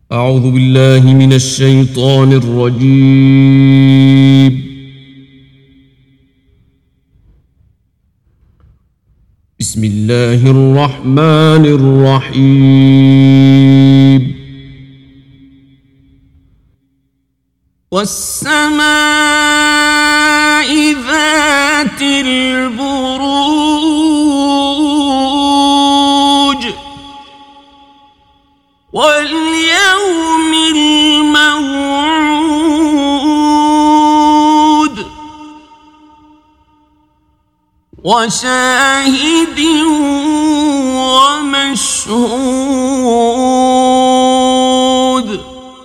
أعوذ بالله من الشيطان الرجيم. بسم الله الرحمن الرحيم. والسماء ذات البروج واليوم الموعود وشاهد ومشهود.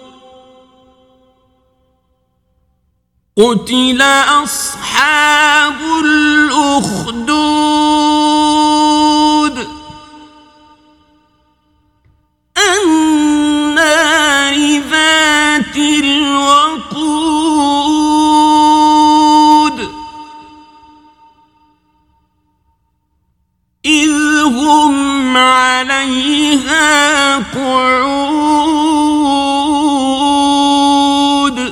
قتل أصحاب الأخدود النار ذات الوقود إذ هم عليها قعود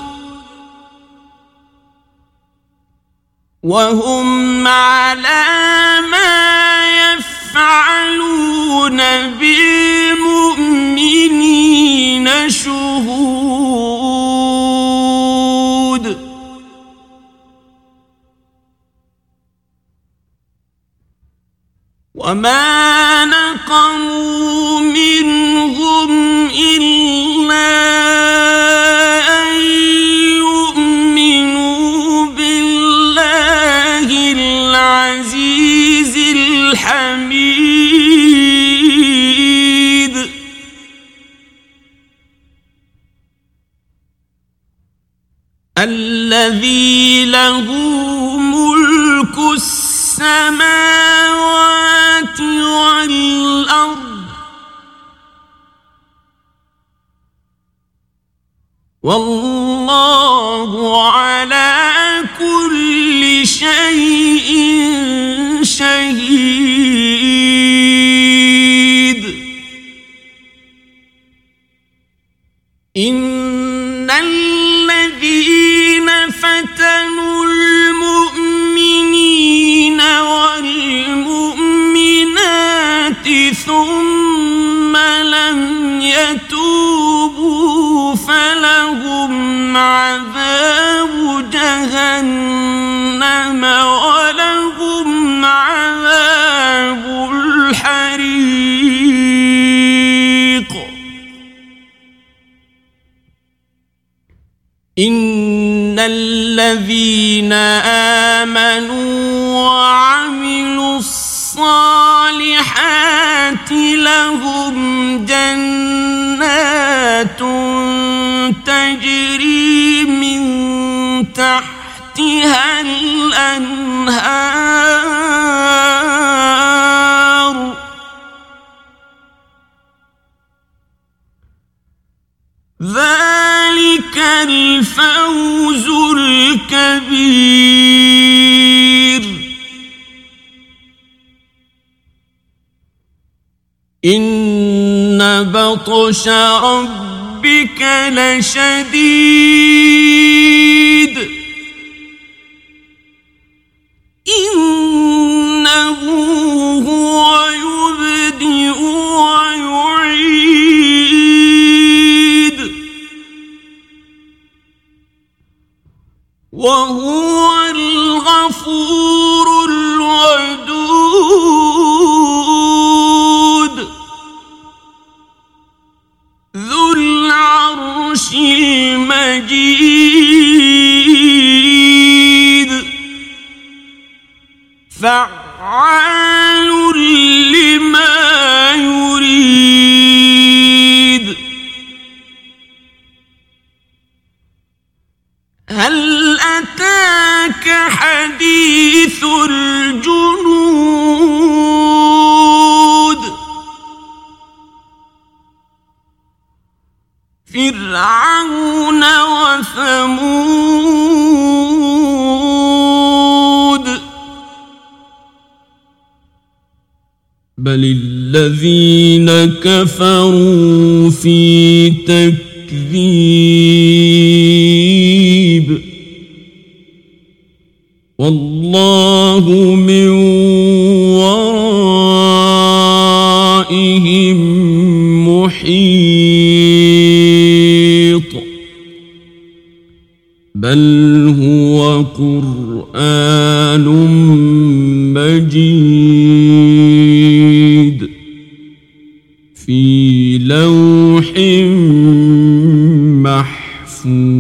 وهم على ما يفعلون بالمؤمنين شهود. وما نقموا منهم إلا أن يؤمنوا بالله العزيز الحميد الذي له ملك السماوات والأرض والله على كل شيء شهيد. إن الذين فتنوا المؤمنين والمؤمنات ثم لم يتوبوا فلهم عذاب جهنم ولهم عذاب الحريق. إن الذين آمنوا وعملوا الصالحات لهم جنات تجري من تحتها الأنهار ذلك الفوز الكبير. إن بطش ربك لشديد إنه هو يبدئ ويعيد وهو الغفور الودود ذو العرش المجيد فعال لما يريد. هل أتاك حديث الجنود فرعون وثمود بل الذين كفروا في تكذيب والله من ورائهم محيط بل هو قرآن مجيد في لوح محفوظ